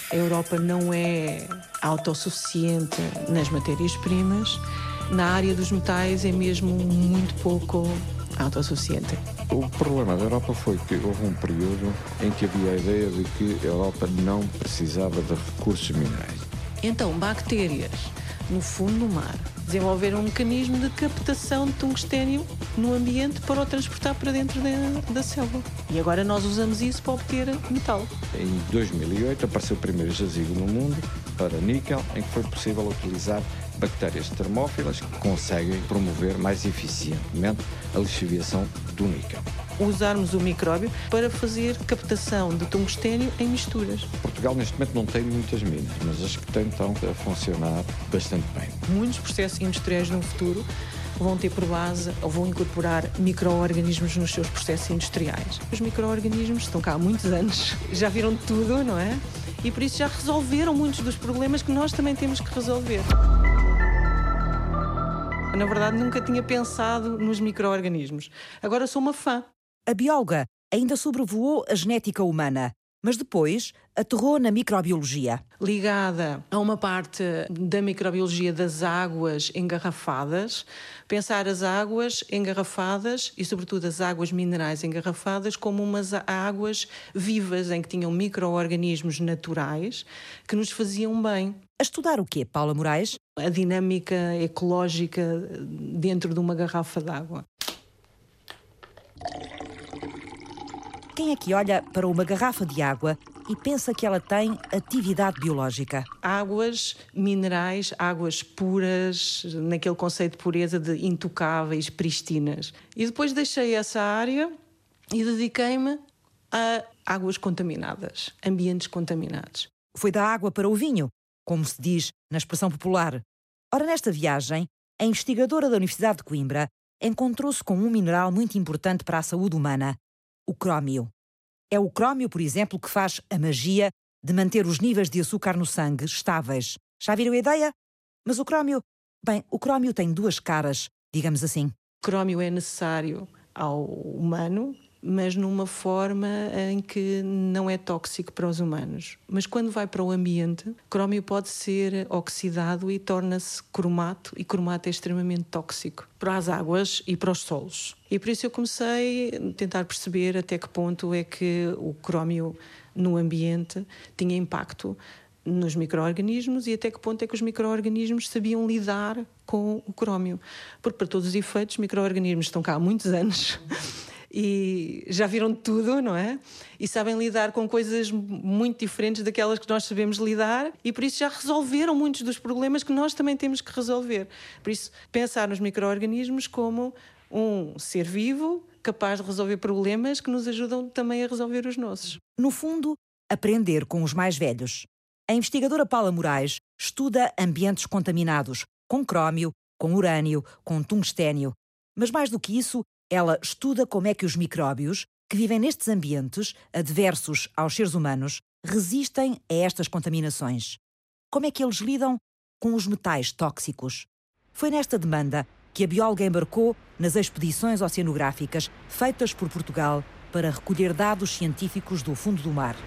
A Europa não é autossuficiente nas matérias-primas. Na área dos metais é mesmo muito pouco autossuficiente. O problema da Europa foi que houve um período em que havia a ideia de que a Europa não precisava de recursos minerais. Então, bactérias no fundo do mar desenvolveram um mecanismo de captação de tungstênio no ambiente para o transportar para dentro da selva. E agora nós usamos isso para obter metal. Em 2008 apareceu o primeiro jazigo no mundo para níquel, em que foi possível utilizar bactérias termófilas que conseguem promover mais eficientemente a lixiviação do níquel. Usarmos o micróbio para fazer captação de tungstênio em misturas. Portugal neste momento não tem muitas minas, mas as que tem estão a funcionar bastante bem. Muitos processos industriais no futuro vão ter por base ou vão incorporar micro-organismos nos seus processos industriais. Os micro-organismos estão cá há muitos anos, já viram tudo, não é? E por isso já resolveram muitos dos problemas que nós também temos que resolver. Na verdade, nunca tinha pensado nos micro-organismos. Agora sou uma fã. A bióloga ainda sobrevoou a genética humana, mas depois aterrou na microbiologia. Ligada a uma parte da microbiologia das águas engarrafadas, pensar as águas engarrafadas e, sobretudo, as águas minerais engarrafadas como umas águas vivas, em que tinham micro-organismos naturais que nos faziam bem. A estudar o quê, Paula Moraes? A dinâmica ecológica dentro de uma garrafa d'água. Quem é que olha para uma garrafa de água e pensa que ela tem atividade biológica? Águas minerais, águas puras, naquele conceito de pureza de intocáveis, pristinas. E depois deixei essa área e dediquei-me a águas contaminadas, ambientes contaminados. Foi da água para o vinho, como se diz na expressão popular. Ora, nesta viagem, a investigadora da Universidade de Coimbra encontrou-se com um mineral muito importante para a saúde humana, o crómio. É o crómio, por exemplo, que faz a magia de manter os níveis de açúcar no sangue estáveis. Já viram a ideia? Mas o crómio tem duas caras, digamos assim. O crómio é necessário ao humano, mas numa forma em que não é tóxico para os humanos. Mas quando vai para o ambiente, o crómio pode ser oxidado e torna-se cromato, e cromato é extremamente tóxico para as águas e para os solos. E por isso eu comecei a tentar perceber até que ponto é que o crómio no ambiente tinha impacto nos micro-organismos e até que ponto é que os micro-organismos sabiam lidar com o crómio. Porque, para todos os efeitos, os micro-organismos estão cá há muitos anos e já viram tudo, não é? E sabem lidar com coisas muito diferentes daquelas que nós sabemos lidar e por isso já resolveram muitos dos problemas que nós também temos que resolver. Por isso, pensar nos micro-organismos como um ser vivo capaz de resolver problemas que nos ajudam também a resolver os nossos. No fundo, aprender com os mais velhos. A investigadora Paula Moraes estuda ambientes contaminados, com crómio, com urânio, com tungstênio. Mas mais do que isso, ela estuda como é que os micróbios, que vivem nestes ambientes, adversos aos seres humanos, resistem a estas contaminações. Como é que eles lidam com os metais tóxicos? Foi nesta demanda que a bióloga embarcou nas expedições oceanográficas feitas por Portugal para recolher dados científicos do fundo do mar.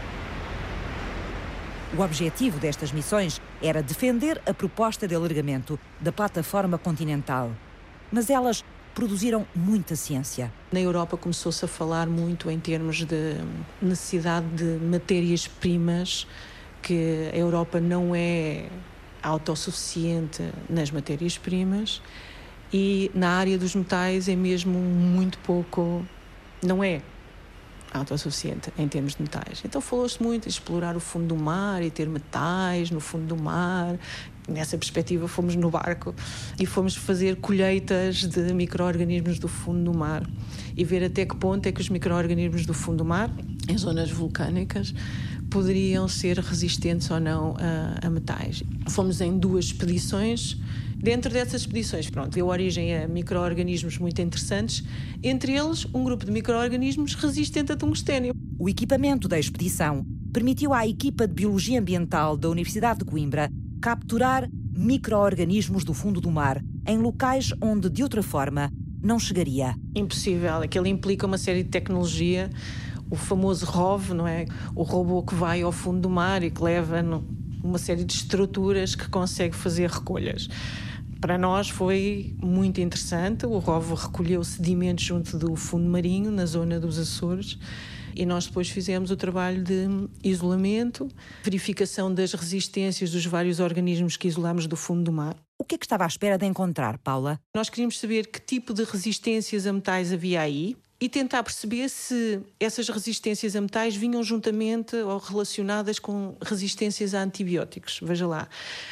O objetivo destas missões era defender a proposta de alargamento da plataforma continental. Mas elas produziram muita ciência. Na Europa começou-se a falar muito em termos de necessidade de matérias-primas, que a Europa não é autossuficiente nas matérias-primas e na área dos metais é mesmo muito pouco, não é autossuficiente em termos de metais. Então falou-se muito de explorar o fundo do mar e ter metais no fundo do mar. Nessa perspectiva fomos no barco e fomos fazer colheitas de micro-organismos do fundo do mar e ver até que ponto é que os micro-organismos do fundo do mar, em zonas vulcânicas, poderiam ser resistentes ou não a metais. Fomos em 2 expedições. Dentro dessas expedições, deu origem a micro-organismos muito interessantes, entre eles um grupo de micro-organismos resistente a tungstênio. O equipamento da expedição permitiu à equipa de Biologia Ambiental da Universidade de Coimbra capturar micro-organismos do fundo do mar, em locais onde, de outra forma, não chegaria. Impossível. Aquilo implica uma série de tecnologia. o famoso ROV, não é? O robô que vai ao fundo do mar e que leva uma série de estruturas que consegue fazer recolhas. Para nós foi muito interessante. O ROV recolheu sedimentos junto do fundo marinho, na zona dos Açores, e nós depois fizemos o trabalho de isolamento, verificação das resistências dos vários organismos que isolámos do fundo do mar. O que é que estava à espera de encontrar, Paula? Nós queríamos saber que tipo de resistências a metais havia aí e tentar perceber se essas resistências a metais vinham juntamente ou relacionadas com resistências a antibióticos. Veja lá.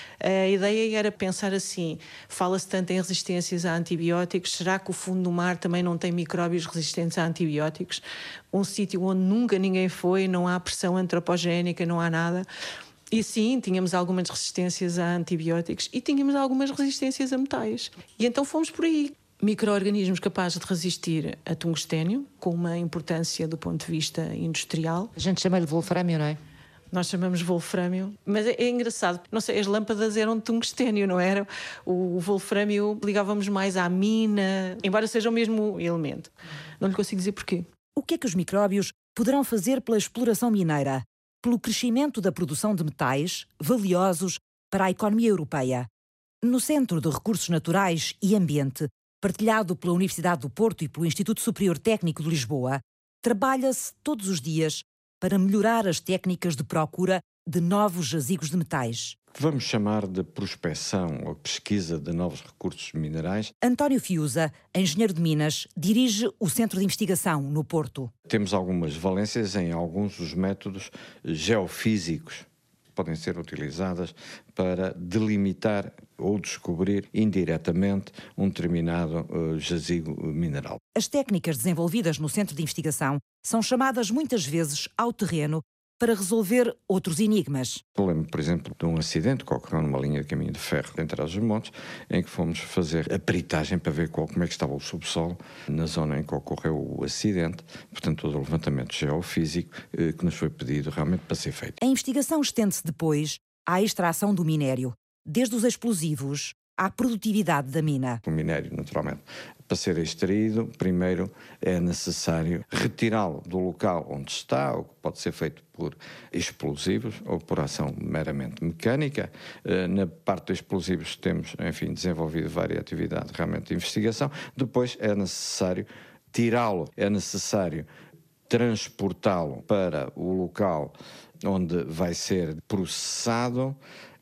A ideia era pensar assim, fala-se tanto em resistências a antibióticos, será que o fundo do mar também não tem micróbios resistentes a antibióticos? Um sítio onde nunca ninguém foi, não há pressão antropogénica, não há nada. E sim, tínhamos algumas resistências a antibióticos e tínhamos algumas resistências a metais. E então fomos por aí. Micro-organismos capazes de resistir a tungstênio, com uma importância do ponto de vista industrial. A gente chama-lhe wolframio, não é? Nós chamamos wolframio, mas é engraçado, não sei, as lâmpadas eram de tungstênio, não era? O wolframio ligávamos mais à mina, embora seja o mesmo elemento. Não lhe consigo dizer porquê. O que é que os micróbios poderão fazer pela exploração mineira, pelo crescimento da produção de metais valiosos para a economia europeia? No Centro de Recursos Naturais e Ambiente, partilhado pela Universidade do Porto e pelo Instituto Superior Técnico de Lisboa, trabalha-se todos os dias para melhorar as técnicas de procura de novos jazigos de metais. Vamos chamar de prospecção ou pesquisa de novos recursos minerais. António Fiuza, engenheiro de Minas, dirige o Centro de Investigação no Porto. Temos algumas valências em alguns dos métodos geofísicos que podem ser utilizadas para delimitar ou descobrir indiretamente um determinado jazigo mineral. As técnicas desenvolvidas no Centro de Investigação são chamadas muitas vezes ao terreno para resolver outros enigmas. Eu lembro, por exemplo, de um acidente que ocorreu numa linha de caminho de ferro entre os montes, em que fomos fazer a peritagem para ver como é que estava o subsolo na zona em que ocorreu o acidente, portanto todo o levantamento geofísico que nos foi pedido realmente para ser feito. A investigação estende-se depois à extração do minério, desde os explosivos à produtividade da mina. O minério, naturalmente, para ser extraído, primeiro é necessário retirá-lo do local onde está, o que pode ser feito por explosivos ou por ação meramente mecânica. Na parte dos explosivos temos, enfim, desenvolvido várias atividades realmente de investigação. Depois é necessário tirá-lo, é necessário transportá-lo para o local onde vai ser processado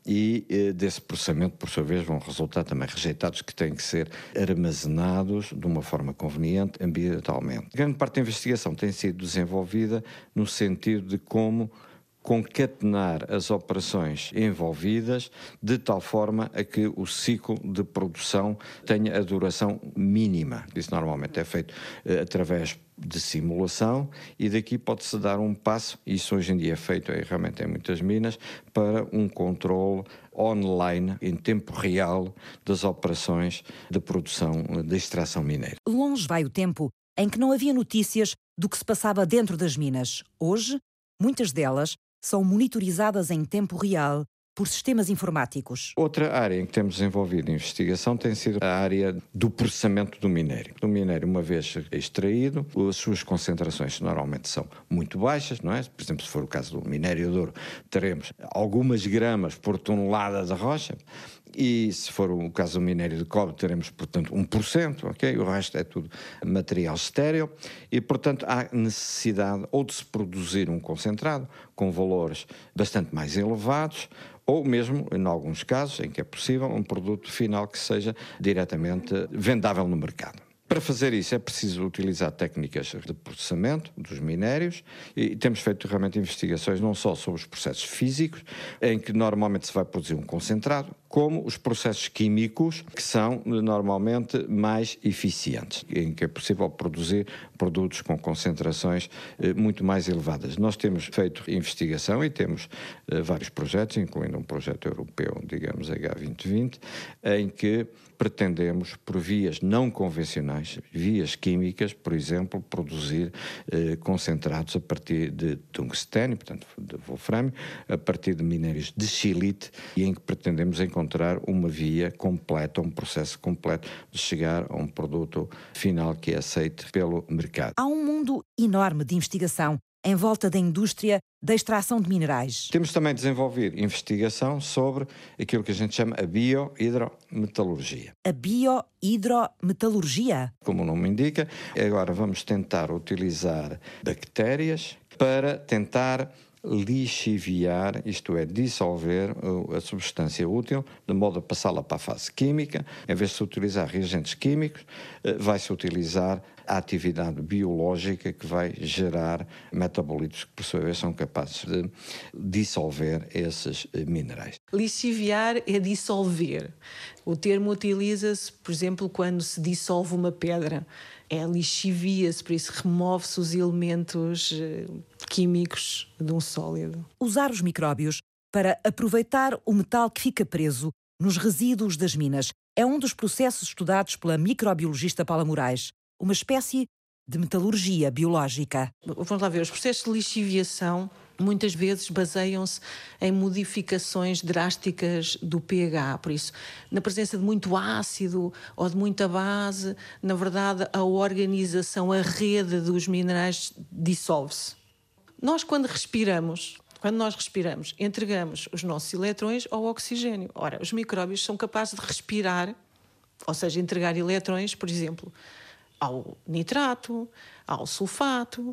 e desse processamento, por sua vez, vão resultar também rejeitados que têm que ser armazenados de uma forma conveniente ambientalmente. Grande parte da investigação tem sido desenvolvida no sentido de como concatenar as operações envolvidas de tal forma a que o ciclo de produção tenha a duração mínima. Isso normalmente é feito através de simulação e daqui pode-se dar um passo, isso hoje em dia é feito realmente em muitas minas, para um controle online, em tempo real, das operações de produção, de extração mineira. Longe vai o tempo em que não havia notícias do que se passava dentro das minas. Hoje, muitas delas são monitorizadas em tempo real por sistemas informáticos. Outra área em que temos desenvolvido investigação tem sido a área do processamento do minério. O minério, uma vez extraído, as suas concentrações normalmente são muito baixas, não é? Por exemplo, se for o caso do minério de ouro, teremos algumas gramas por tonelada de rocha. E se for o caso do minério de cobre, teremos, portanto, 1%, ok? O resto é tudo material estéril e, portanto, há necessidade ou de se produzir um concentrado com valores bastante mais elevados ou mesmo, em alguns casos, em que é possível, um produto final que seja diretamente vendável no mercado. Para fazer isso é preciso utilizar técnicas de processamento dos minérios e temos feito realmente investigações não só sobre os processos físicos, em que normalmente se vai produzir um concentrado, como os processos químicos, que são normalmente mais eficientes, em que é possível produzir produtos com concentrações muito mais elevadas. Nós temos feito investigação e temos vários projetos, incluindo um projeto europeu, digamos, H2020, em que pretendemos, por vias não convencionais, vias químicas, por exemplo, produzir concentrados a partir de tungstênio, portanto, de wolframio, a partir de minérios de scheelite, e em que pretendemos encontrar uma via completa, um processo completo de chegar a um produto final que é aceite pelo mercado. Há um mundo enorme de investigação em volta da indústria da extração de minerais. Temos também desenvolvido investigação sobre aquilo que a gente chama a biohidrometalurgia. A biohidrometalurgia? Como o nome indica, agora vamos tentar utilizar bactérias para tentar lixiviar, isto é, dissolver a substância útil, de modo a passá-la para a fase química. Em vez de se utilizar reagentes químicos, vai-se utilizar a atividade biológica que vai gerar metabolitos que, por sua vez, são capazes de dissolver esses minerais. Lixiviar é dissolver. O termo utiliza-se, por exemplo, quando se dissolve uma pedra. Lixivia-se, por isso remove-se os elementos químicos de um sólido. Usar os micróbios para aproveitar o metal que fica preso nos resíduos das minas é um dos processos estudados pela microbiologista Paula Moraes, uma espécie de metalurgia biológica. Vamos lá ver, os processos de lixiviação muitas vezes baseiam-se em modificações drásticas do pH. Por isso, na presença de muito ácido ou de muita base, na verdade, a organização, a rede dos minerais dissolve-se. Quando nós respiramos, entregamos os nossos eletrões ao oxigênio. Ora, os micróbios são capazes de respirar, ou seja, entregar eletrões, por exemplo, ao nitrato, ao sulfato,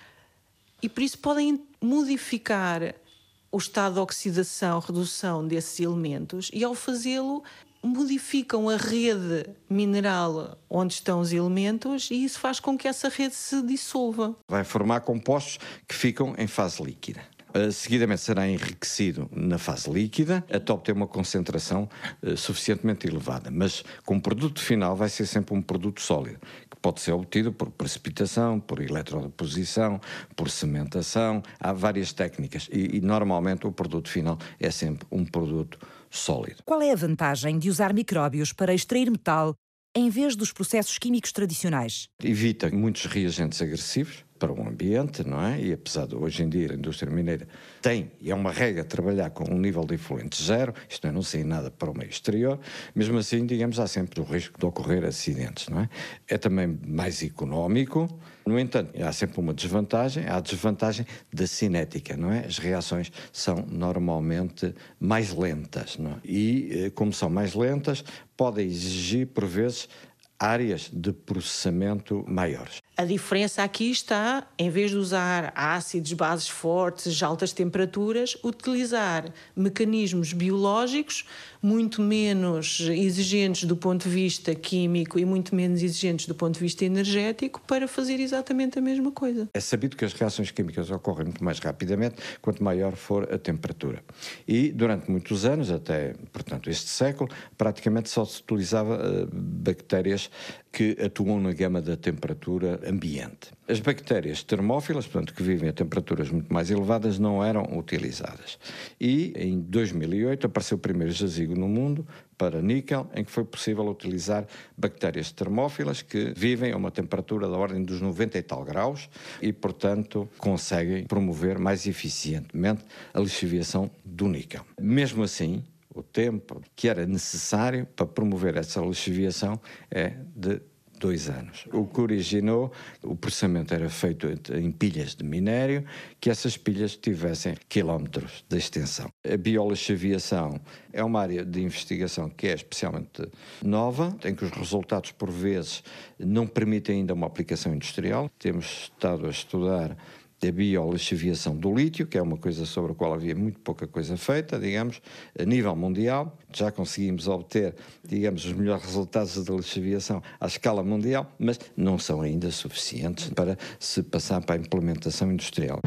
e por isso podem modificar o estado de oxidação, redução desses elementos, e ao fazê-lo modificam a rede mineral onde estão os elementos, e isso faz com que essa rede se dissolva. Vai formar compostos que ficam em fase líquida. Seguidamente será enriquecido na fase líquida até obter uma concentração suficientemente elevada, mas como produto final vai ser sempre um produto sólido, que pode ser obtido por precipitação, por eletrodeposição, por cementação. Há várias técnicas e normalmente o produto final é sempre um produto sólido. Qual é a vantagem de usar micróbios para extrair metal em vez dos processos químicos tradicionais? Evita muitos reagentes agressivos para o ambiente, não é? E apesar de hoje em dia a indústria mineira tem, e é uma regra, trabalhar com um nível de efluente zero, isto não sai nada para o meio exterior, mesmo assim, digamos, há sempre o risco de ocorrer acidentes, não é? É também mais económico, no entanto, há sempre uma desvantagem, há a desvantagem da cinética, não é? As reações são normalmente mais lentas, não é? E, como são mais lentas, podem exigir, por vezes, áreas de processamento maiores. A diferença aqui está, em vez de usar ácidos, bases fortes, altas temperaturas, utilizar mecanismos biológicos muito menos exigentes do ponto de vista químico e muito menos exigentes do ponto de vista energético para fazer exatamente a mesma coisa. É sabido que as reações químicas ocorrem muito mais rapidamente quanto maior for a temperatura. E durante muitos anos, até, portanto, este século, praticamente só se utilizava bactérias que atuam na gama da temperatura ambiente. As bactérias termófilas, portanto, que vivem a temperaturas muito mais elevadas, não eram utilizadas. E em 2008 apareceu o primeiro jazigo no mundo para níquel, em que foi possível utilizar bactérias termófilas que vivem a uma temperatura da ordem dos 90 e tal graus e, portanto, conseguem promover mais eficientemente a lixiviação do níquel. Mesmo assim, o tempo que era necessário para promover essa lixiviação é de 2 anos. O que originou, o processamento era feito em pilhas de minério, que essas pilhas tivessem quilómetros de extensão. A biolixiviação é uma área de investigação que é especialmente nova, em que os resultados, por vezes, não permitem ainda uma aplicação industrial. Temos estado a estudar a biolixiviação do lítio, que é uma coisa sobre a qual havia muito pouca coisa feita, digamos, a nível mundial. Já conseguimos obter, digamos, os melhores resultados da lixiviação à escala mundial, mas não são ainda suficientes para se passar para a implementação industrial.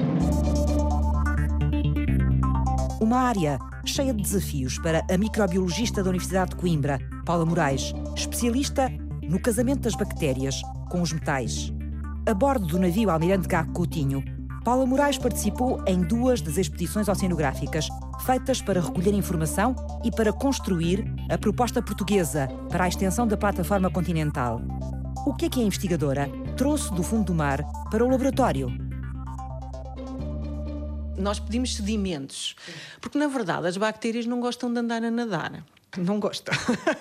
Uma área cheia de desafios para a microbiologista da Universidade de Coimbra, Paula Moraes, especialista no casamento das bactérias com os metais. A bordo do navio Almirante Gago Coutinho, Paula Moraes participou em 2 das expedições oceanográficas, feitas para recolher informação e para construir a proposta portuguesa para a extensão da plataforma continental. O que a investigadora trouxe do fundo do mar para o laboratório? Nós pedimos sedimentos, porque na verdade as bactérias não gostam de andar a nadar. Não gostam.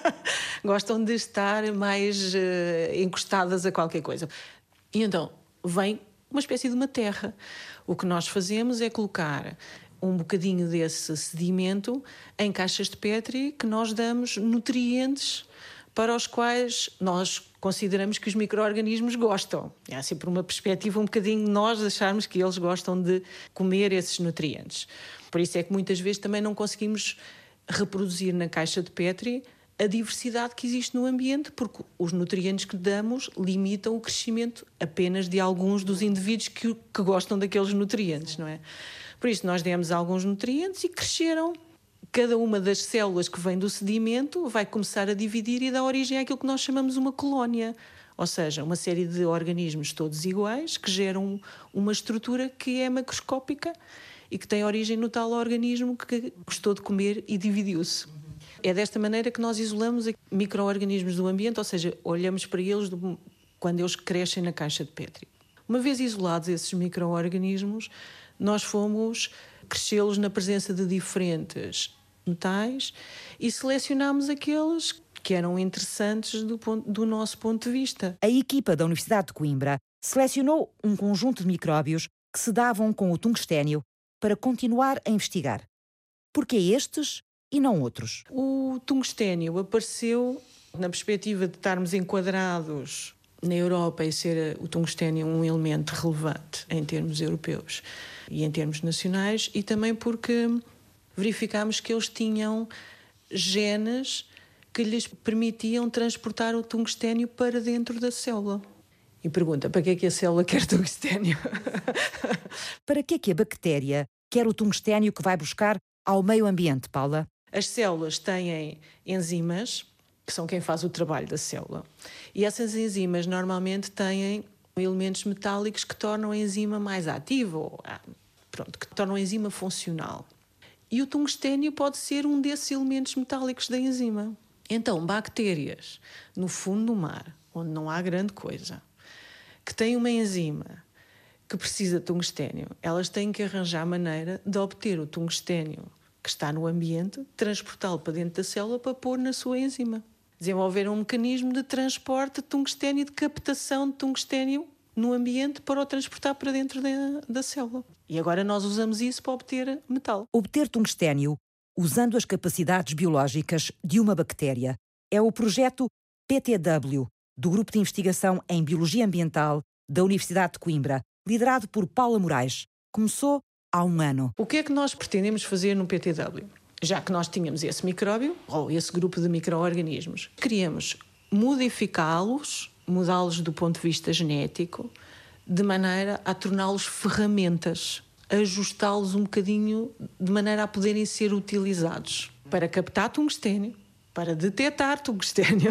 Gostam de estar mais encostadas a qualquer coisa. E então vem uma espécie de uma terra. O que nós fazemos é colocar um bocadinho desse sedimento em caixas de Petri que nós damos nutrientes para os quais nós consideramos que os micro-organismos gostam. É sempre uma perspectiva um bocadinho nós acharmos que eles gostam de comer esses nutrientes. Por isso é que muitas vezes também não conseguimos reproduzir na caixa de Petri a diversidade que existe no ambiente, porque os nutrientes que damos limitam o crescimento apenas de alguns dos indivíduos que gostam daqueles nutrientes, não é? Por isso nós demos alguns nutrientes e cresceram. Cada uma das células que vem do sedimento vai começar a dividir e dar origem àquilo que nós chamamos uma colónia. Ou seja, uma série de organismos todos iguais que geram uma estrutura que é macroscópica e que tem origem no tal organismo que gostou de comer e dividiu-se. É desta maneira que nós isolamos micro-organismos do ambiente, ou seja, olhamos para eles quando eles crescem na caixa de Petri. Uma vez isolados esses micro-organismos, nós fomos crescê-los na presença de diferentes metais e selecionámos aqueles que eram interessantes do nosso ponto de vista. A equipa da Universidade de Coimbra selecionou um conjunto de micróbios que se davam com o tungstênio para continuar a investigar. Por que estes e não outros? O tungstênio apareceu na perspectiva de estarmos enquadrados na Europa e ser o tungstênio um elemento relevante em termos europeus e em termos nacionais, e também porque verificámos que eles tinham genes que lhes permitiam transportar o tungstênio para dentro da célula. E pergunta, para que é que a célula quer tungstênio? Para que é que a bactéria quer o tungstênio que vai buscar ao meio ambiente, Paula? As células têm enzimas, que são quem faz o trabalho da célula. E essas enzimas normalmente têm elementos metálicos que tornam a enzima mais ativa, ou, que tornam a enzima funcional. E o tungstênio pode ser um desses elementos metálicos da enzima. Então, bactérias no fundo do mar, onde não há grande coisa, que têm uma enzima que precisa de tungstênio, elas têm que arranjar maneira de obter o tungstênio que está no ambiente, transportá-lo para dentro da célula para pôr na sua enzima. Desenvolver um mecanismo de transporte de tungstênio, de captação de tungstênio no ambiente para o transportar para dentro da célula. E agora nós usamos isso para obter metal. Obter tungstênio usando as capacidades biológicas de uma bactéria é o projeto PTW, do Grupo de Investigação em Biologia Ambiental da Universidade de Coimbra, liderado por Paula Moraes. Começou há um ano. O que é que nós pretendemos fazer no PTW? Já que nós tínhamos esse micróbio, ou esse grupo de micro-organismos, queríamos modificá-los, mudá-los do ponto de vista genético, de maneira a torná-los ferramentas, ajustá-los um bocadinho de maneira a poderem ser utilizados para captar tungstênio, para detectar tungstênio.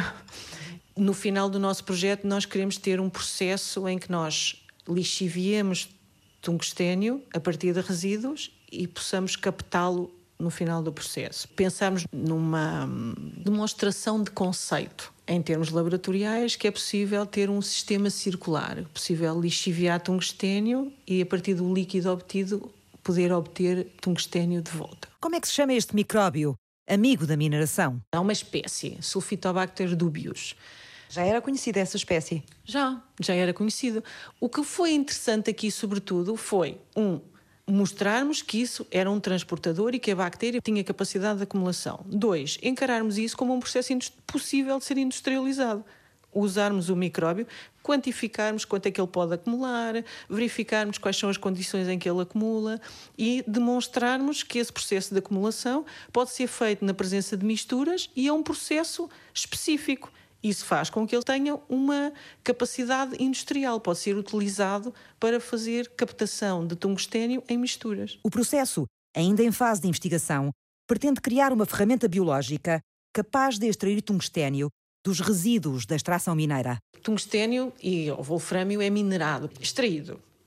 No final do nosso projeto, nós queremos ter um processo em que nós lixiviemos tungstênio a partir de resíduos e possamos captá-lo no final do processo. Pensamos numa demonstração de conceito em termos laboratoriais, que é possível ter um sistema circular, possível lixiviar tungstênio e a partir do líquido obtido poder obter tungstênio de volta. Como é que se chama este micróbio, amigo da mineração? Há uma espécie, Sulfitobacter dubius. Já era conhecida essa espécie? Já era conhecido. O que foi interessante aqui, sobretudo, foi mostrarmos que isso era um transportador e que a bactéria tinha capacidade de acumulação. 2, encararmos isso como um processo possível de ser industrializado. Usarmos o micróbio, quantificarmos quanto é que ele pode acumular, verificarmos quais são as condições em que ele acumula e demonstrarmos que esse processo de acumulação pode ser feito na presença de misturas e é um processo específico. Isso faz com que ele tenha uma capacidade industrial, pode ser utilizado para fazer captação de tungstênio em misturas. O processo, ainda em fase de investigação, pretende criar uma ferramenta biológica capaz de extrair tungstênio dos resíduos da extração mineira. Tungstênio e o wolfrâmio é minerado, extraído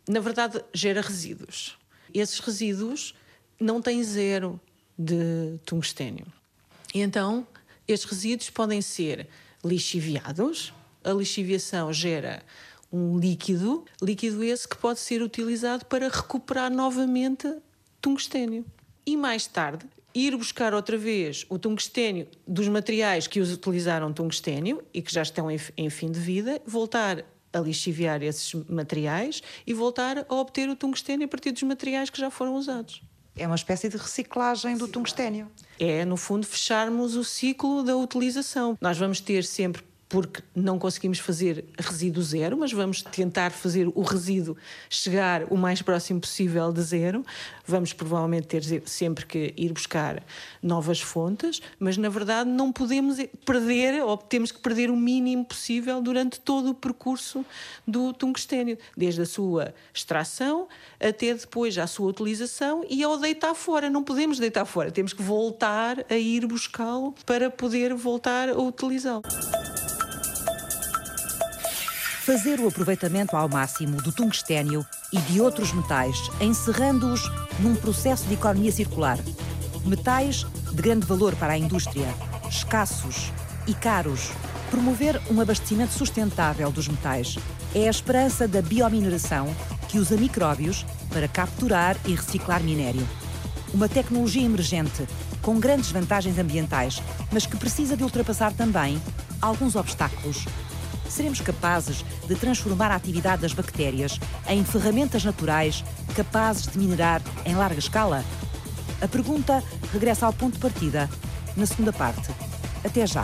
na verdade, gera resíduos. Esses resíduos não têm zero de tungstênio. E então, estes resíduos podem ser lixiviados. A lixiviação gera um líquido esse que pode ser utilizado para recuperar novamente tungstênio. E mais tarde, ir buscar outra vez o tungstênio dos materiais que os utilizaram tungstênio e que já estão em fim de vida, voltar a lixiviar esses materiais e voltar a obter o tungstênio a partir dos materiais que já foram usados. É uma espécie de reciclagem do tungstênio. É, no fundo, fecharmos o ciclo da utilização. Nós vamos ter sempre, porque não conseguimos fazer resíduo zero, mas vamos tentar fazer o resíduo chegar o mais próximo possível de zero. Vamos provavelmente ter sempre que ir buscar novas fontes, mas na verdade não podemos perder, ou temos que perder o mínimo possível durante todo o percurso do tungstênio, desde a sua extração até depois a sua utilização e ao deitar fora. Não podemos deitar fora, temos que voltar a ir buscá-lo para poder voltar a utilizá-lo. Fazer o aproveitamento ao máximo do tungstênio e de outros metais, encerrando-os num processo de economia circular. Metais de grande valor para a indústria, escassos e caros. Promover um abastecimento sustentável dos metais é a esperança da biomineração que usa micróbios para capturar e reciclar minério. Uma tecnologia emergente com grandes vantagens ambientais, mas que precisa de ultrapassar também alguns obstáculos. Seremos capazes de transformar a atividade das bactérias em ferramentas naturais capazes de minerar em larga escala? A pergunta regressa ao ponto de partida, na segunda parte. Até já!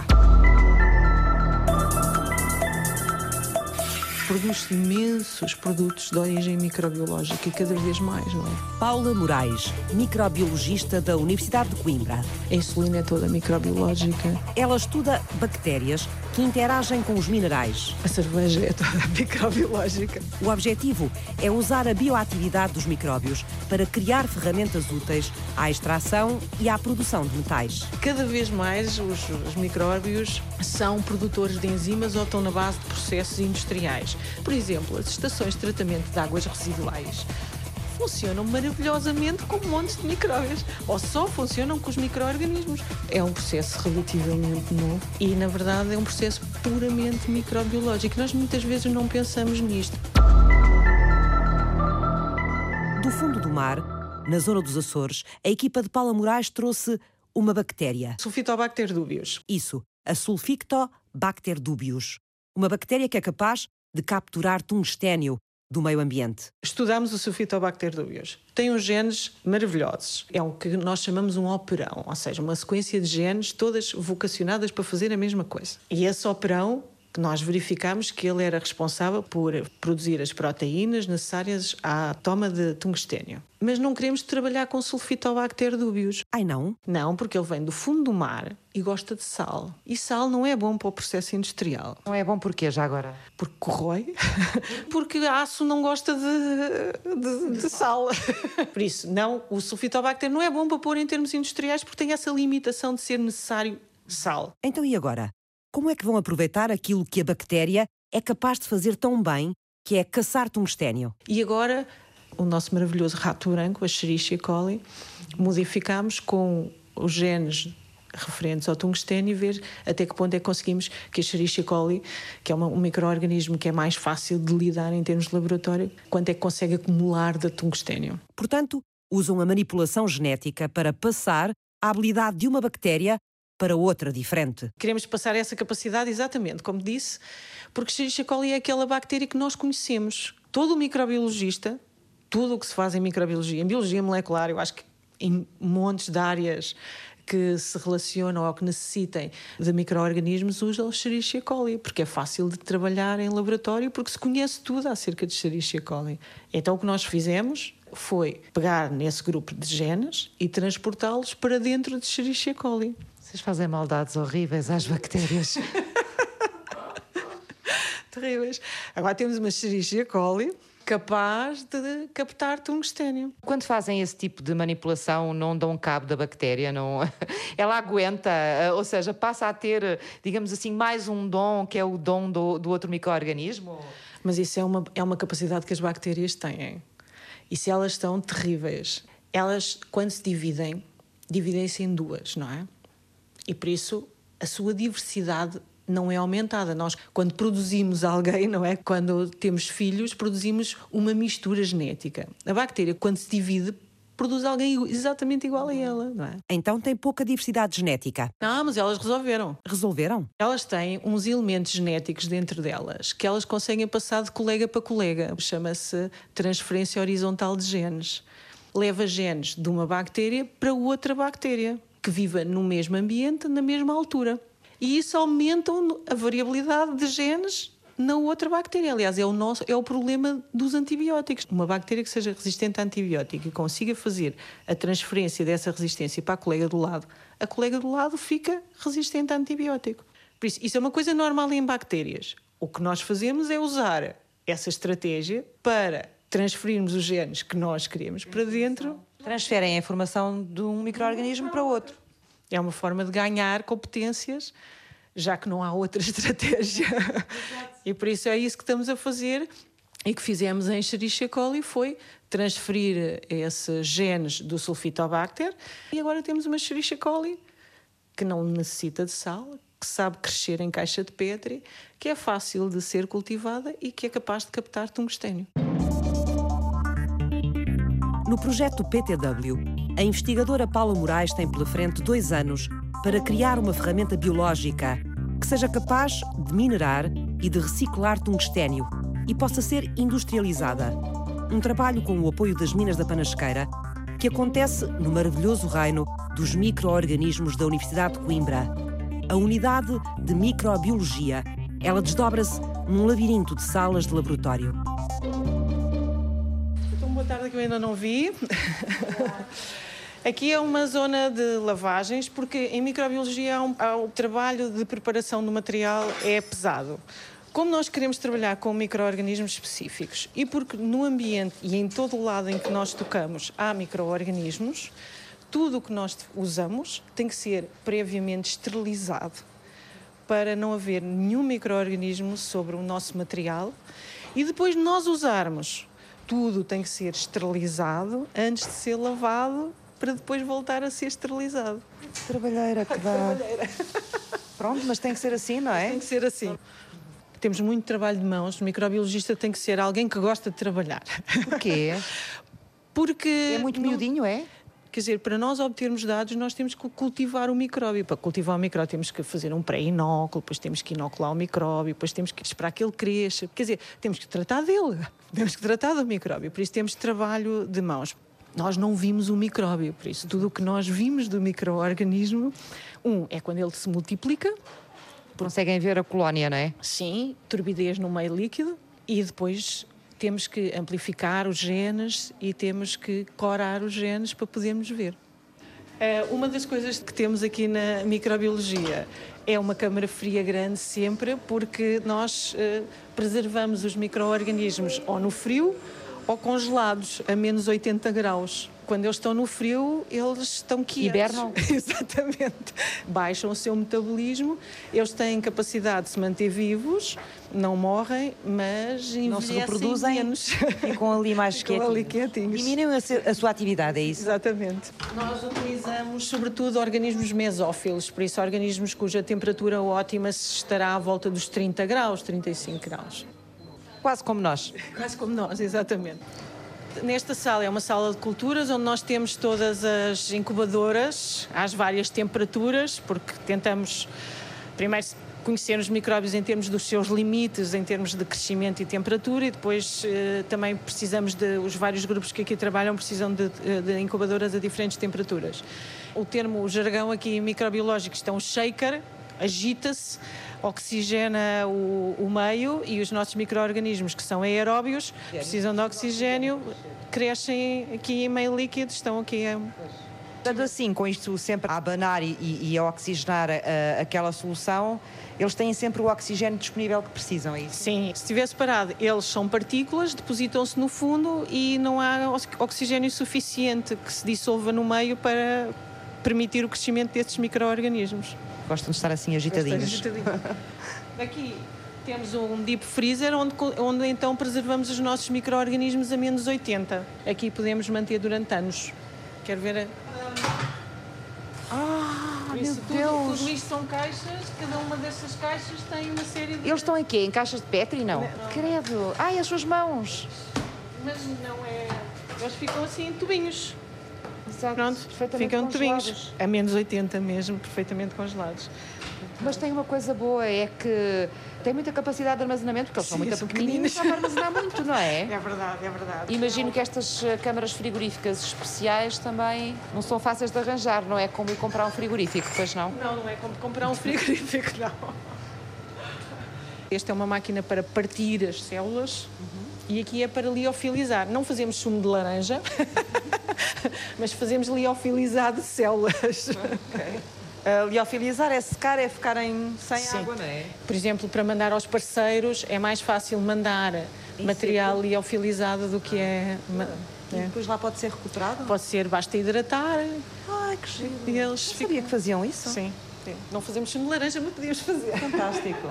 Produz imensos produtos de origem microbiológica e cada vez mais, não é? Paula Moraes, microbiologista da Universidade de Coimbra. A insulina é toda microbiológica. Ela estuda bactérias que interagem com os minerais. A cerveja é toda microbiológica. O objetivo é usar a bioatividade dos micróbios para criar ferramentas úteis à extração e à produção de metais. Cada vez mais os micróbios são produtores de enzimas ou estão na base de processos industriais. Por exemplo, as estações de tratamento de águas residuais funcionam maravilhosamente com montes de micróbios, ou só funcionam com os micro-organismos. É um processo relativamente novo e, na verdade, é um processo puramente microbiológico. Nós muitas vezes não pensamos nisto. Do fundo do mar, na zona dos Açores, a equipa de Paula Moraes trouxe uma bactéria. Sulfitobacter dubius. Isso, a Sulfitobacter dubius. Uma bactéria que é capaz de capturar tungstênio do meio ambiente. Estudamos o Sulfitobacter dubius. Tem uns genes maravilhosos. É o que nós chamamos um operão, ou seja, uma sequência de genes todas vocacionadas para fazer a mesma coisa. E esse operão, que nós verificamos que ele era responsável por produzir as proteínas necessárias à toma de tungstênio. Mas não queremos trabalhar com Sulfitobacter dubius. Ai não? Não, porque ele vem do fundo do mar e gosta de sal. E sal não é bom para o processo industrial. Não é bom porquê, já agora? Porque corrói. Porque aço não gosta de sal. Por isso, não, o Sulfitobacter não é bom para pôr em termos industriais porque tem essa limitação de ser necessário sal. Então e agora? Como é que vão aproveitar aquilo que a bactéria é capaz de fazer tão bem, que é caçar tungstênio? E agora, o nosso maravilhoso rato branco, a Escherichia coli, modificamos com os genes referentes ao tungstênio e ver até que ponto é que conseguimos que a Escherichia coli, que é um micro-organismo que é mais fácil de lidar em termos de laboratório, quanto é que consegue acumular de tungstênio. Portanto, usam a manipulação genética para passar a habilidade de uma bactéria para outra diferente. Queremos passar essa capacidade, exatamente, como disse, porque Escherichia coli é aquela bactéria que nós conhecemos. Todo o microbiologista, tudo o que se faz em microbiologia, em biologia molecular, eu acho que em montes de áreas que se relacionam ou que necessitem de micro-organismos, usam Escherichia coli, porque é fácil de trabalhar em laboratório, porque se conhece tudo acerca de Escherichia coli. Então o que nós fizemos foi pegar nesse grupo de genes e transportá-los para dentro de Escherichia coli. Vocês fazem maldades horríveis às bactérias. Terríveis. Agora temos uma Escherichia coli capaz de captar tungstênio. Quando fazem esse tipo de manipulação, não dão cabo da bactéria, não? Ela aguenta, ou seja, passa a ter, digamos assim, mais um dom, que é o dom do outro micro-organismo? Mas isso é uma capacidade que as bactérias têm. E se elas estão terríveis, elas, quando se dividem-se em duas, não é? E por isso a sua diversidade não é aumentada. Nós, quando produzimos alguém, não é? Quando temos filhos, produzimos uma mistura genética. A bactéria, quando se divide, produz alguém exatamente igual a ela, não é? Então tem pouca diversidade genética. Não, mas elas resolveram. Resolveram? Elas têm uns elementos genéticos dentro delas que elas conseguem passar de colega para colega. Chama-se transferência horizontal de genes. Leva genes de uma bactéria para outra bactéria, que viva no mesmo ambiente, na mesma altura. E isso aumenta a variabilidade de genes na outra bactéria. Aliás, é o problema dos antibióticos. Uma bactéria que seja resistente a antibiótico e consiga fazer a transferência dessa resistência para a colega do lado, a colega do lado fica resistente a antibiótico. Por isso é uma coisa normal em bactérias. O que nós fazemos é usar essa estratégia para transferirmos os genes que nós queremos para dentro. Transferem a informação de um micro-organismo para outro. É uma forma de ganhar competências, já que não há outra estratégia. E por isso é isso que estamos a fazer e que fizemos em Escherichia coli, foi transferir esses genes do Sulfitobacter e agora temos uma Escherichia coli que não necessita de sal, que sabe crescer em caixa de Petri, que é fácil de ser cultivada e que é capaz de captar tungstênio. No projeto PTW, a investigadora Paula Moraes tem pela frente 2 anos para criar uma ferramenta biológica que seja capaz de minerar e de reciclar tungstênio e possa ser industrializada. Um trabalho com o apoio das Minas da Panasqueira que acontece no maravilhoso reino dos micro-organismos da Universidade de Coimbra. A unidade de microbiologia, ela desdobra-se num labirinto de salas de laboratório. Boa tarde, que eu ainda não vi. Aqui é uma zona de lavagens, porque em microbiologia o trabalho de preparação do material é pesado. Como nós queremos trabalhar com micro-organismos específicos e porque no ambiente e em todo o lado em que nós tocamos há micro-organismos, tudo o que nós usamos tem que ser previamente esterilizado para não haver nenhum micro-organismo sobre o nosso material e depois nós usarmos. Tudo tem que ser esterilizado antes de ser lavado para depois voltar a ser esterilizado. Trabalheira que dá. Pronto, mas tem que ser assim, não é? Tem que ser assim. Temos muito trabalho de mãos. O microbiologista tem que ser alguém que gosta de trabalhar. Porquê? Porque... É muito miudinho, é? Quer dizer, para nós obtermos dados, nós temos que cultivar o micróbio. Para cultivar o micróbio temos que fazer um pré-inóculo, depois temos que inocular o micróbio, depois temos que esperar que ele cresça. Quer dizer, temos que tratar dele, temos que tratar do micróbio. Por isso temos trabalho de mãos. Nós não vimos o micróbio, por isso tudo o que nós vimos do micro-organismo, é quando ele se multiplica. Conseguem ver a colónia, não é? Sim, turbidez no meio líquido e depois... Temos que amplificar os genes e temos que corar os genes para podermos ver. Uma das coisas que temos aqui na microbiologia é uma câmara fria grande sempre, porque nós preservamos os micro-organismos ou no frio ou congelados a menos 80 graus. Quando eles estão no frio, eles estão quietos. Hibernam. Exatamente. Baixam o seu metabolismo, eles têm capacidade de se manter vivos, não morrem, mas não se reproduzem menos. Ficam ali mais quietinhos. Diminuem a sua atividade, é isso? Exatamente. Nós utilizamos, sobretudo, organismos mesófilos, por isso organismos cuja temperatura ótima estará à volta dos 30 graus, 35 graus. Quase como nós. Quase como nós, exatamente. Nesta sala é uma sala de culturas onde nós temos todas as incubadoras às várias temperaturas, porque tentamos primeiro conhecer os micróbios em termos dos seus limites, em termos de crescimento e temperatura, e depois também precisamos os vários grupos que aqui trabalham precisam de incubadoras a diferentes temperaturas. O jargão aqui microbiológico é um shaker, agita-se, oxigena o meio e os nossos micro-organismos, que são aeróbios, precisam de oxigênio, crescem aqui em meio líquido, estão aqui Portanto, assim, com isto sempre a abanar e a oxigenar aquela solução, eles têm sempre o oxigênio disponível que precisam, é isso? Sim, se estiver separado, eles são partículas, depositam-se no fundo e não há oxigênio suficiente que se dissolva no meio para permitir o crescimento desses micro-organismos. Gostam de estar assim agitadinhos. Aqui temos um deep freezer onde então preservamos os nossos micro-organismos a menos 80. Aqui podemos manter durante anos. Quero ver Meu Deus! Tudo isto são caixas, cada uma dessas caixas tem uma série de... Eles estão em quê? Em caixas de Petri? Não. Credo! Ai, as suas mãos! Mas não é... Eles ficam assim em tubinhos. Exato. Pronto, Perfeitamente ficam congelados. tubinhos. A menos 80 mesmo, perfeitamente congelados. Mas tem uma coisa boa, é que tem muita capacidade de armazenamento, porque eles são muito pequenininhos, dá para armazenar muito, não é? É verdade, é verdade. Imagino que estas câmaras frigoríficas especiais também não são fáceis de arranjar, não é como ir comprar um frigorífico, pois não? Não, não é como comprar um frigorífico, não. Esta é uma máquina para partir as células e aqui é para liofilizar. Não fazemos sumo de laranja, mas fazemos liofilizado de células. Okay. Liofilizar é secar, é ficarem sem Sim. água, não é? Por exemplo, para mandar aos parceiros é mais fácil mandar material liofilizado do que é... E depois lá pode ser recuperado? Pode ser, basta hidratar. Ai, que giro. E eles Sabia que faziam isso? Sim. Não fazemos sumo de laranja, mas podíamos fazer. Fantástico.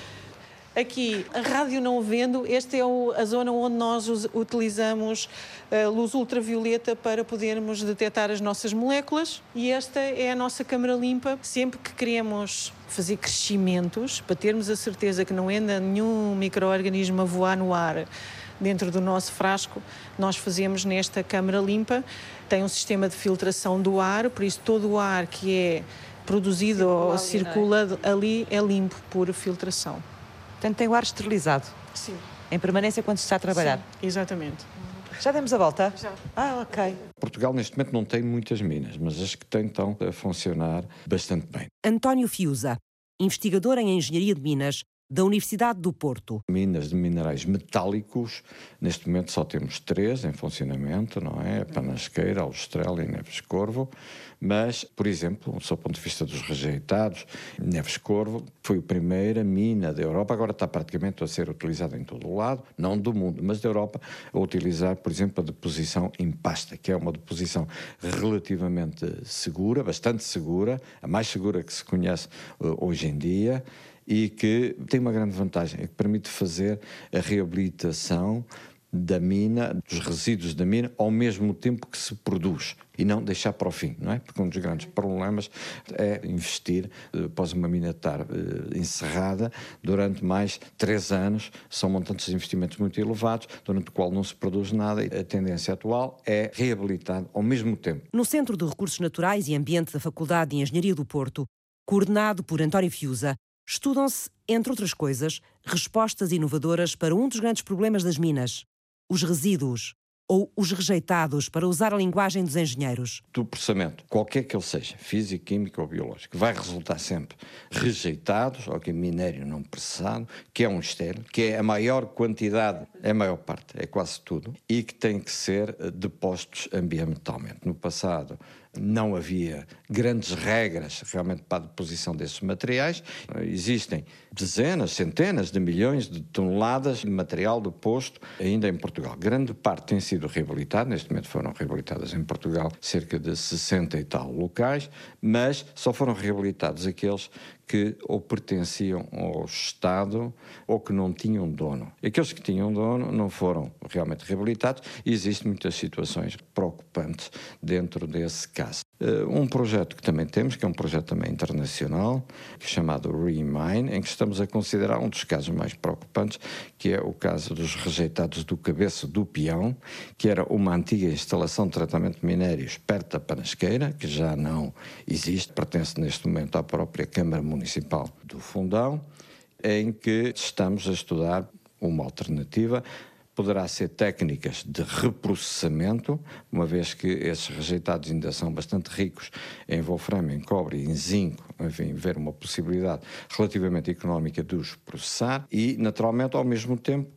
Aqui, a rádio não vendo, esta é a zona onde nós utilizamos luz ultravioleta para podermos detectar as nossas moléculas e esta é a nossa câmara limpa. Sempre que queremos fazer crescimentos, para termos a certeza que não anda nenhum micro-organismo a voar no ar dentro do nosso frasco, nós fazemos nesta câmara limpa. Tem um sistema de filtração do ar, por isso todo o ar que é produzido ou circula ali é limpo por filtração. Portanto, tem o ar esterilizado. Sim. Em permanência quando se está a trabalhar. Sim, exatamente. Já demos a volta? Já. Ok. Portugal, neste momento, não tem muitas minas, mas as que têm estão a funcionar bastante bem. António Fiuza, investigador em Engenharia de Minas da Universidade do Porto. Minas de minerais metálicos, neste momento só temos 3 em funcionamento, não é? A Panasqueira, a Austrália e Neves Corvo. Mas, por exemplo, do ponto de vista dos rejeitados, Neves Corvo foi a primeira mina da Europa, agora está praticamente a ser utilizada em todo o lado, não do mundo, mas da Europa, a utilizar, por exemplo, a deposição em pasta, que é uma deposição relativamente segura, bastante segura, a mais segura que se conhece hoje em dia, e que tem uma grande vantagem, é que permite fazer a reabilitação da mina, dos resíduos da mina, ao mesmo tempo que se produz e não deixar para o fim, não é? Porque um dos grandes problemas é investir após uma mina estar encerrada durante mais 3 anos, são montantes de investimentos muito elevados, durante o qual não se produz nada e a tendência atual é reabilitar ao mesmo tempo. No Centro de Recursos Naturais e Ambiente da Faculdade de Engenharia do Porto, coordenado por António Fiuza, estudam-se, entre outras coisas, respostas inovadoras para um dos grandes problemas das minas: os resíduos, ou os rejeitados, para usar a linguagem dos engenheiros. Do processamento, qualquer que ele seja, físico, químico ou biológico, vai resultar sempre rejeitados, ou que é minério não processado, que é um estéril, que é a maior quantidade, é a maior parte, é quase tudo, e que tem que ser depostos ambientalmente. No passado não havia grandes regras realmente para a deposição desses materiais. Existem dezenas, centenas de milhões de toneladas de material deposto ainda em Portugal. Grande parte tem sido reabilitado, neste momento foram reabilitadas em Portugal cerca de 60 e tal locais, mas só foram reabilitados aqueles que ou pertenciam ao Estado ou que não tinham dono. Aqueles que tinham dono não foram realmente reabilitados e existem muitas situações preocupantes dentro desse caso. Um projeto que também temos, que é um projeto também internacional, chamado Remine, em que estamos a considerar um dos casos mais preocupantes, que é o caso dos rejeitados do Cabeço do Peão, que era uma antiga instalação de tratamento de minérios perto da Panasqueira, que já não existe, pertence neste momento à própria Câmara Municipal do Fundão, em que estamos a estudar uma alternativa. Poderá ser técnicas de reprocessamento, uma vez que esses rejeitados ainda são bastante ricos em wolframio, em cobre e em zinco, enfim, ver uma possibilidade relativamente económica de os processar e, naturalmente, ao mesmo tempo,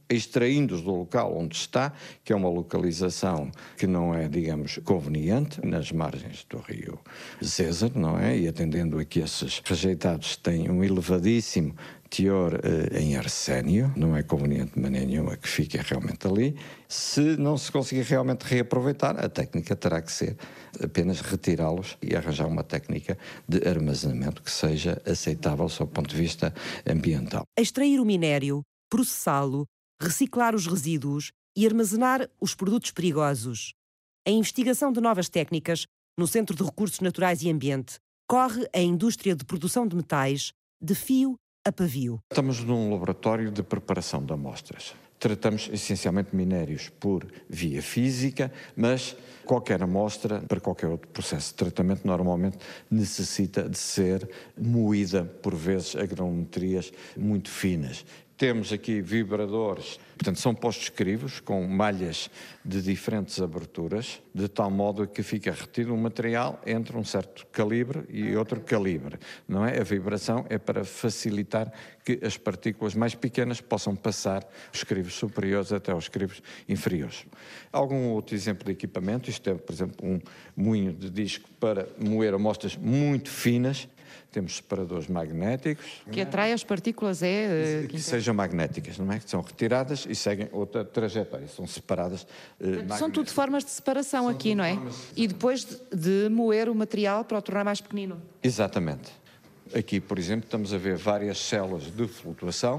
extraindo-os do local onde está, que é uma localização que não é, digamos, conveniente, nas margens do rio César, não é? E atendendo a que esses rejeitados têm um elevadíssimo teor em arsénio, não é conveniente de maneira nenhuma que fique realmente ali. Se não se conseguir realmente reaproveitar, a técnica terá que ser apenas retirá-los e arranjar uma técnica de armazenamento que seja aceitável sob o ponto de vista ambiental. Extrair o minério, processá-lo, reciclar os resíduos e armazenar os produtos perigosos. A investigação de novas técnicas no Centro de Recursos Naturais e Ambiente corre a indústria de produção de metais de fio a pavio. Estamos num laboratório de preparação de amostras. Tratamos essencialmente minérios por via física, mas qualquer amostra, para qualquer outro processo de tratamento, normalmente necessita de ser moída, por vezes, a granulometrias muito finas. Temos aqui vibradores, portanto são postos crivos com malhas de diferentes aberturas, de tal modo que fica retido um material entre um certo calibre e outro calibre, não é? A vibração é para facilitar que as partículas mais pequenas possam passar os crivos superiores até aos crivos inferiores. Algum outro exemplo de equipamento, isto é, por exemplo, um moinho de disco para moer amostras muito finas. Temos separadores magnéticos. Que atrai as partículas que sejam magnéticas, não é? Que são retiradas e seguem outra trajetória, são separadas. São tudo formas de separação aqui, não é? E depois de moer o material para o tornar mais pequenino. Exatamente. Aqui, por exemplo, estamos a ver várias células de flutuação.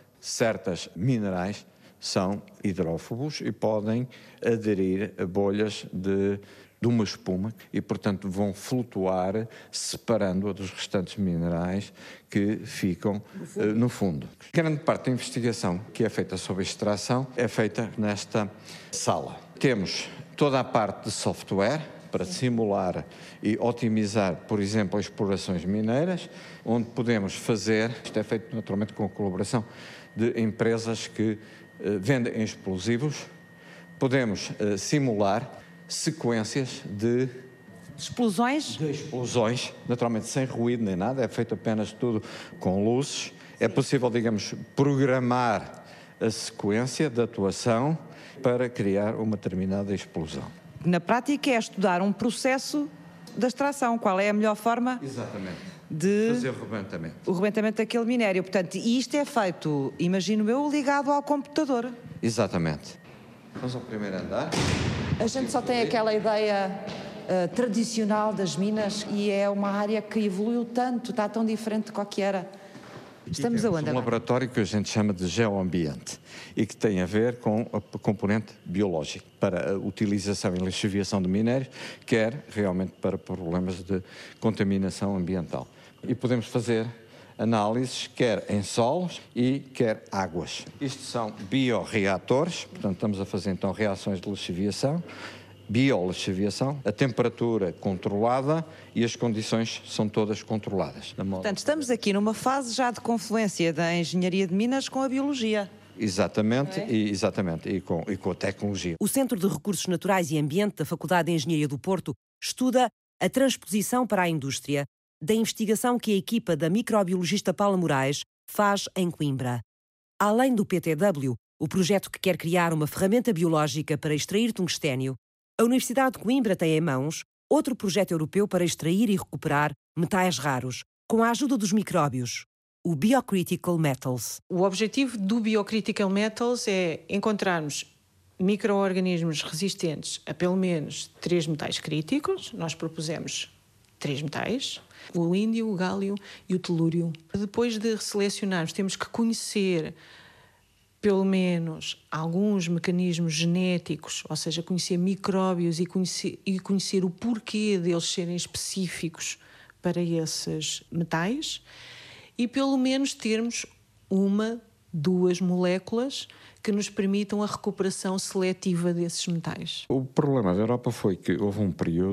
Certas minerais são hidrófobos e podem aderir a bolhas de uma espuma e, portanto, vão flutuar separando-a dos restantes minerais que ficam no fundo. Grande parte da investigação que é feita sobre a extração é feita nesta sala. Temos toda a parte de software para simular e otimizar, por exemplo, as explorações mineiras, onde podemos fazer, isto é feito naturalmente com a colaboração de empresas que vendem explosivos, podemos simular sequências de explosões, naturalmente sem ruído nem nada, é feito apenas tudo com luzes. É possível, digamos, programar a sequência de atuação para criar uma determinada explosão. Na prática é estudar um processo da extração, qual é a melhor forma de fazer o rebentamento daquele minério. Portanto, e isto é feito, imagino eu, ligado ao computador. Exatamente. Vamos ao primeiro andar. A gente só tem aquela ideia tradicional das minas e é uma área que evoluiu tanto, está tão diferente de qual que era. Estamos aonde? Um laboratório que a gente chama de geoambiente e que tem a ver com a componente biológica para a utilização e lixiviação de minérios, quer realmente para problemas de contaminação ambiental. E podemos fazer análises quer em solos e quer águas. Isto são bioreatores, portanto estamos a fazer então reações de lixiviação, biolixiviação, a temperatura controlada e as condições são todas controladas. Portanto, estamos aqui numa fase já de confluência da engenharia de minas com a biologia. Exatamente, e com a tecnologia. O Centro de Recursos Naturais e Ambiente da Faculdade de Engenharia do Porto estuda a transposição para a indústria da investigação que a equipa da microbiologista Paula Moraes faz em Coimbra. Além do PTW, o projeto que quer criar uma ferramenta biológica para extrair tungstênio, a Universidade de Coimbra tem em mãos outro projeto europeu para extrair e recuperar metais raros, com a ajuda dos micróbios, o Biocritical Metals. O objetivo do Biocritical Metals é encontrarmos micro-organismos resistentes a pelo menos 3 metais críticos. Nós propusemos 3 metais: o índio, o gálio e o telúrio. Depois de selecionarmos, temos que conhecer pelo menos alguns mecanismos genéticos, ou seja, conhecer micróbios e conhecer o porquê deles serem específicos para esses metais, e pelo menos termos 1, 2 moléculas que nos permitam a recuperação seletiva desses metais. O problema da Europa foi que houve um período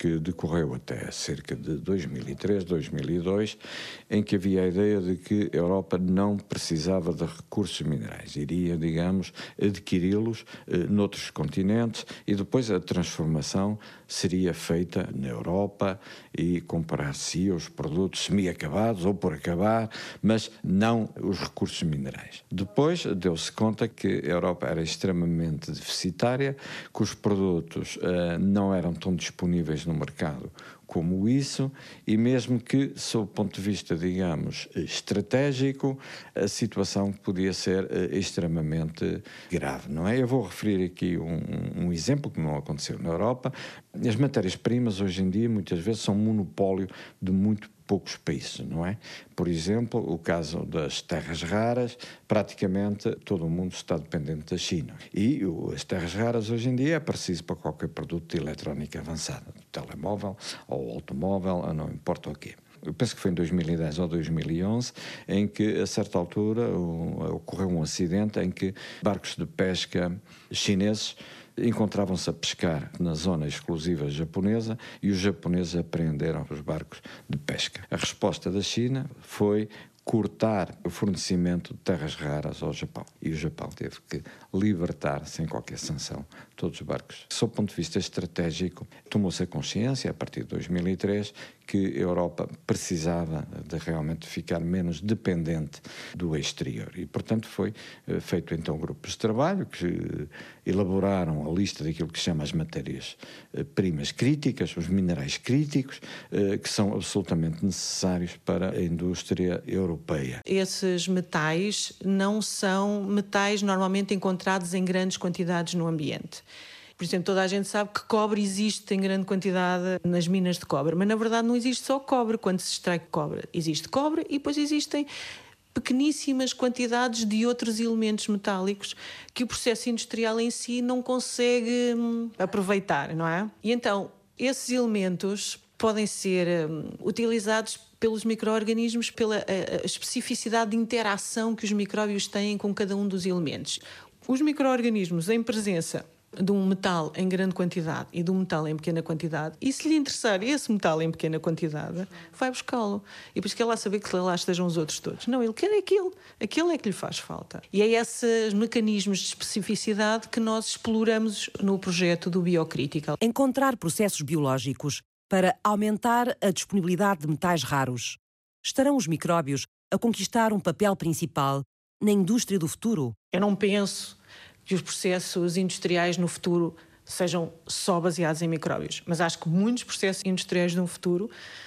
que decorreu até cerca de 2003, 2002, em que havia a ideia de que a Europa não precisava de recursos minerais, iria, digamos, adquiri-los noutros continentes e depois a transformação seria feita na Europa e comprar-se os produtos semi-acabados ou por acabar, mas não os recursos minerais. Depois deu-se conta que a Europa era extremamente deficitária, que os produtos não eram tão disponíveis no mercado como isso, e mesmo que, sob o ponto de vista, digamos, estratégico, a situação podia ser extremamente grave, não é? Eu vou referir aqui um exemplo que não aconteceu na Europa. As matérias-primas, hoje em dia, muitas vezes são monopólio de muito poucos países, não é? Por exemplo, o caso das terras raras, praticamente todo o mundo está dependente da China. E as terras raras hoje em dia é preciso para qualquer produto de eletrónica avançada, do telemóvel ou automóvel, não importa o quê. Eu penso que foi em 2010 ou 2011, em que, a certa altura, ocorreu um acidente em que barcos de pesca chineses encontravam-se a pescar na zona exclusiva japonesa e os japoneses apreenderam os barcos de pesca. A resposta da China foi cortar o fornecimento de terras raras ao Japão. E o Japão teve que libertar, sem qualquer sanção, todos os barcos. Sob o ponto de vista estratégico, tomou-se a consciência, a partir de 2003, que a Europa precisava de realmente ficar menos dependente do exterior. E, portanto, foi feito então grupos de trabalho que elaboraram a lista daquilo que se chama as matérias-primas críticas, os minerais críticos, que são absolutamente necessários para a indústria europeia. Esses metais não são metais normalmente encontrados em grandes quantidades no ambiente. Por exemplo, toda a gente sabe que cobre existe em grande quantidade nas minas de cobre, mas na verdade não existe só cobre quando se extrai cobre. Existe cobre e depois existem pequeníssimas quantidades de outros elementos metálicos que o processo industrial em si não consegue aproveitar, não é? E então, esses elementos podem ser utilizados pelos micro-organismos pela especificidade de interação que os micróbios têm com cada um dos elementos. Os micro-organismos em presença de um metal em grande quantidade e de um metal em pequena quantidade, e se lhe interessar esse metal em pequena quantidade, vai buscá-lo. E depois quer lá saber que lá estejam os outros todos. Não, ele quer aquele é que lhe faz falta. E é esses mecanismos de especificidade que nós exploramos no projeto do Biocritical. Encontrar processos biológicos para aumentar a disponibilidade de metais raros. Estarão os micróbios a conquistar um papel principal na indústria do futuro? Eu não penso que os processos industriais no futuro sejam só baseados em micróbios, mas acho que muitos processos industriais no futuro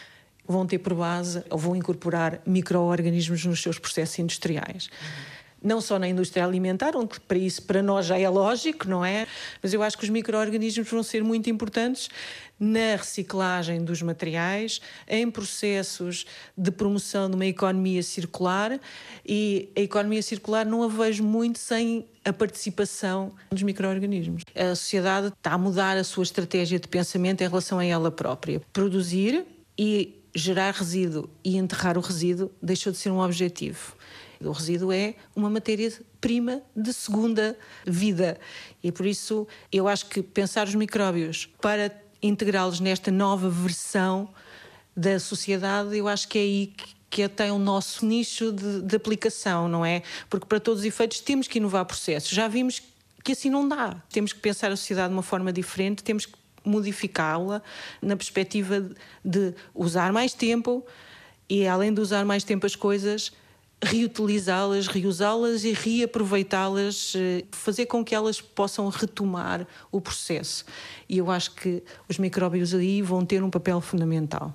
vão ter por base ou vão incorporar micro-organismos nos seus processos industriais. Não só na indústria alimentar, onde para isso para nós já é lógico, não é? Mas eu acho que os micro-organismos vão ser muito importantes na reciclagem dos materiais, em processos de promoção de uma economia circular, e a economia circular não a vejo muito sem a participação dos micro-organismos. A sociedade está a mudar a sua estratégia de pensamento em relação a ela própria. Produzir e gerar resíduo e enterrar o resíduo deixou de ser um objetivo. O resíduo é uma matéria-prima de segunda vida e, por isso, eu acho que pensar os micróbios para integrá-los nesta nova versão da sociedade, eu acho que é aí que tem o nosso nicho de aplicação, não é? Porque, para todos os efeitos, temos que inovar processos. Já vimos que assim não dá. Temos que pensar a sociedade de uma forma diferente, temos que modificá-la na perspectiva de usar mais tempo e, além de usar mais tempo as coisas, reutilizá-las, reusá-las e reaproveitá-las, fazer com que elas possam retomar o processo. E eu acho que os micróbios aí vão ter um papel fundamental.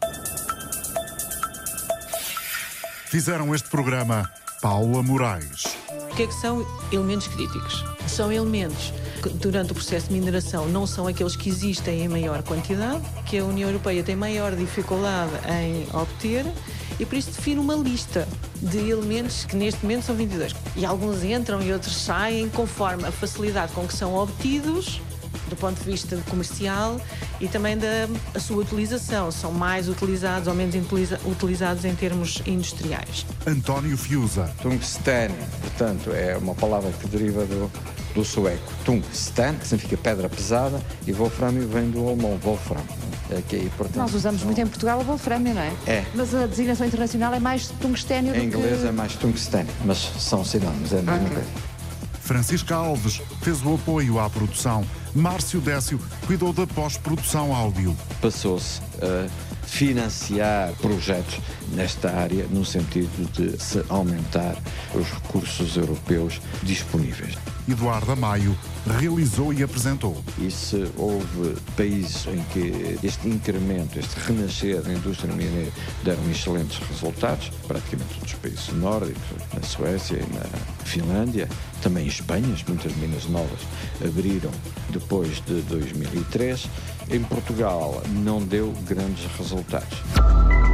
Fizeram este programa Paula Moraes. O que é que são elementos críticos? São elementos que, durante o processo de mineração, não são aqueles que existem em maior quantidade, que a União Europeia tem maior dificuldade em obter, e por isso define uma lista de elementos que neste momento são 22. E alguns entram e outros saem conforme a facilidade com que são obtidos, do ponto de vista comercial, e também da sua utilização. São mais utilizados ou menos utilizados em termos industriais. António Fiuza. Tungstênio, portanto, é uma palavra que deriva do sueco. Tungsten, que significa pedra pesada, e wolframio vem do alemão, wolfram. aqui, portanto, nós usamos muito em Portugal o wolframio, não é? É. Mas a designação internacional é mais tungstênio do que... Em inglês é mais tungstênio, mas são sinónimos, é a mesma coisa. Francisca Alves fez o apoio à produção. Márcio Décio cuidou da pós-produção áudio. Passou-se a financiar projetos nesta área no sentido de se aumentar os recursos europeus disponíveis. Eduardo Amaio realizou e apresentou. E se houve países em que este incremento, este renascer da indústria mineira deram excelentes resultados, praticamente todos os países nórdicos, na Suécia e na Finlândia, também em Espanha, muitas minas novas abriram depois de 2003. Em Portugal não deu grandes resultados.